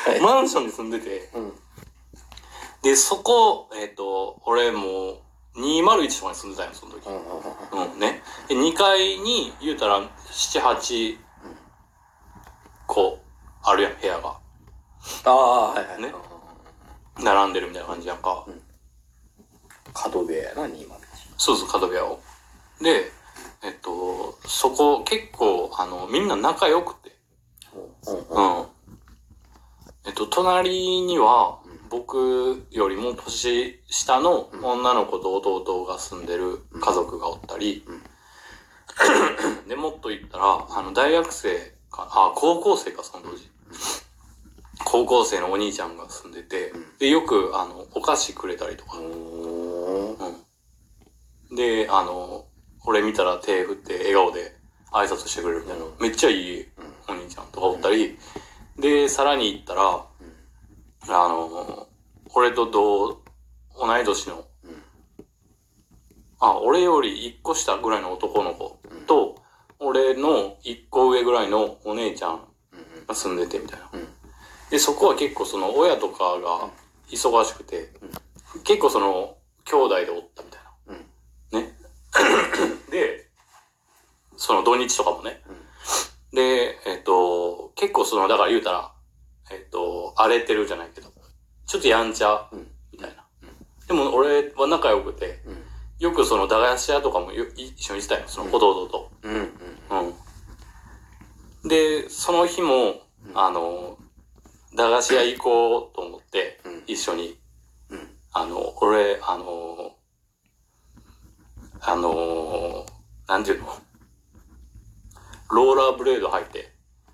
マンションに住んでて、で、そこ、俺も201とかに住んでたよ、その時。ね。で、2階に言うたら、7、8個あるやん、部屋が。ね。並んでるみたいな感じやんか。 角部屋やな、201。 そうそう、角部屋を。で、そこ結構、みんな仲良くて。隣には、僕よりも年下の女の子と弟が住んでる家族がおったり、で、もっと言ったら、大学生か、高校生か、その当時。高校生のお兄ちゃんが住んでて、で、よく、お菓子くれたりとか。で、俺見たら手振って笑顔で挨拶してくれるみたいな、めっちゃいいお兄ちゃんとかおったり、で、さらに言ったら、俺と同い年の、俺より1個下ぐらいの男の子と、俺の1個上ぐらいのお姉ちゃんが住んでてみたいな。で、そこは結構その親とかが忙しくて、結構その兄弟でおったみたいな。ね。で、その土日とかもね。で、結構その、だから言うたら、荒れてるじゃないけど、ちょっとやんちゃ、みたいな。でも俺は仲良くて、よくその駄菓子屋とかも一緒にしたよ、その弟と。で、その日も、駄菓子屋行こうと思って、一緒に。俺、なんていうの？ローラーブレード履いて。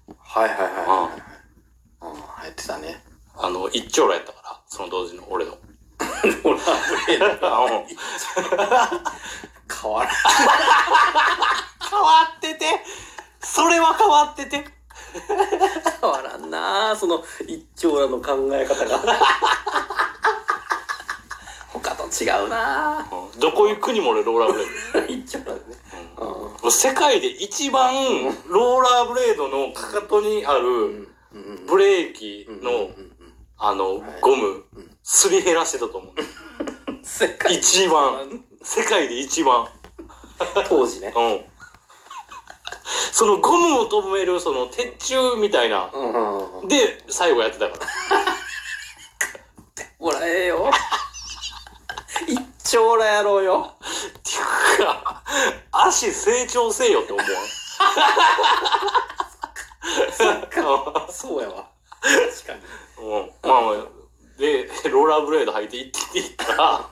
入ってたね。 一丁羅やったから、その当時の俺の。 ローラーブレード。変わってて、それは変わってて。変わらんなぁ、その一丁羅の考え方が。他と違うなぁ。 どこ行くにも俺ローラーブレード。 一丁羅でね。 世界で一番ローラーブレードのかかとにあるブレーキのゴムすり減らしてたと思う。一番。世界で一番。 当時ね。 そのゴムを止めるその鉄柱みたいな。で、最後やってたから。 もらえよ。一丁羅やろうよ。 っていうか、足成長せよって思う。 そうやわ。確かに。 まあ、で、ローラーブレード履いて行ったら、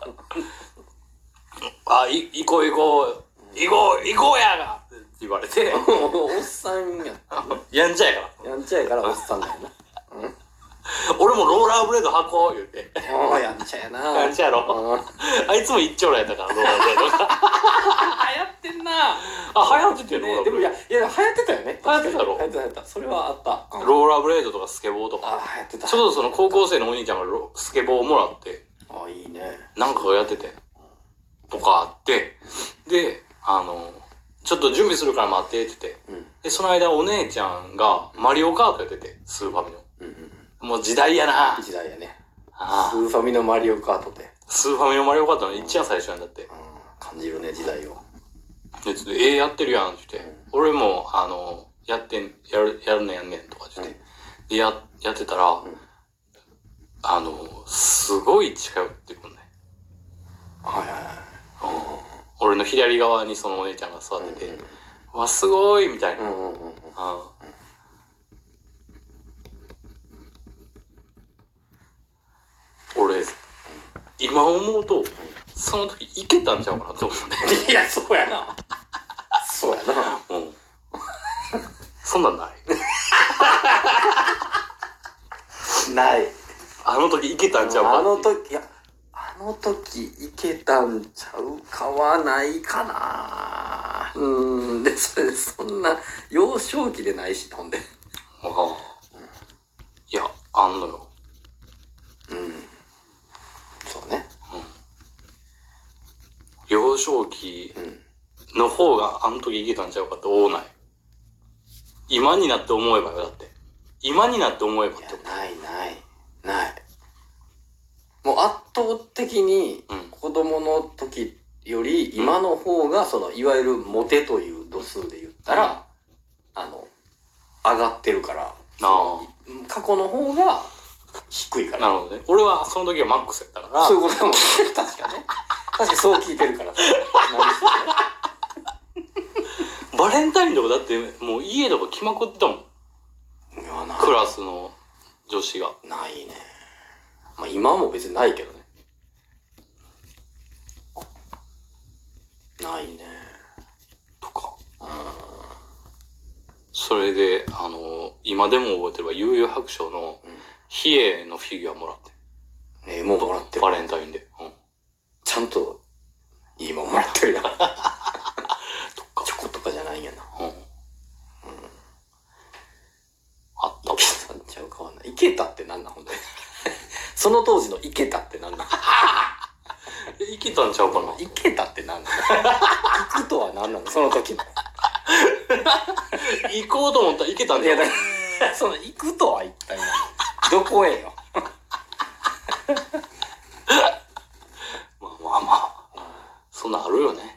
行こうやがって言われて。 おっさんや。 やんちゃやから。 やんちゃやからおっさんだよな。 俺もローラーブレード履こう言うて。 やんちゃやな。 やんちゃやろ。あいつも一丁羅やったから、ローラーブレードが。 流行ってんな。 流行ってたよ、ローラーブレード。 でも流行ってたよね。 流行ってたろ。 流行ってた。それはあった。 ローラーブレードとかスケボーとか。 流行ってた。 ちょうどその高校生のお兄ちゃんがスケボーをもらって。 いいね。 なんかがやってて。とかあって。で、ちょっと準備するから待ってって言って。で、その間お姉ちゃんがマリオカートやってて、スーファミの。もう時代やな。 時代やね。スーファミのマリオカートで。 スーファミのマリオカートの一番最初なんだって。 感じるね、時代を。 で、ちょっとやってるやんって言って。俺も、やるねんとか言って。で、やってたら、すごい近寄ってくんね。俺の左側にそのお姉ちゃんが座ってて、わ、すごいみたいな。俺、今思うと、その時いけたんちゃうかなと思うね。 いや、そうやな。そうやな。 そんなんない。 ない。 あの時いけたんちゃうかあの時いけたんちゃうかはないかな。で、そんな、幼少期でないし、ほんで。 いや、あんのよ。 そうね。 幼少期の方があの時いけたんちゃうかって思わない。今になって思えばよ、だって。 今になって思えばっいやてこと。 ないもう圧倒的にうん子供の時より今の方がそのいわゆるモテという度数で言ったら、上がってるからその過去の方が低いから。 なるほどね。俺はその時はマックスやったから。 そういうことだもんね。確かね。確かにそう聞いてるからさ。 バレンタインとかだってもう家とか来まくってたもん。 いやなクラスの女子が。 ないね。まあ今も別にないけどね。ないね。 とか。それで、今でも覚えてれば、悠々白書の、比叡のフィギュアもらって。 もうもらってる。 バレンタインで。うん。 ちゃんと、いいもんもらってるやん。 とか。 チョコとかじゃないんやな。 あったわ。 さんちゃうかわない。いけたってなんなんほんとに。その当時のいけたってなんなん生きたんちゃうかな。 いけたってなんなん行くとはなんなのその時の。 行こうと思ったら行けたんいや、 じゃん。 だからその行くとは一体何どこへよ。 まあ。そんなんあるよね。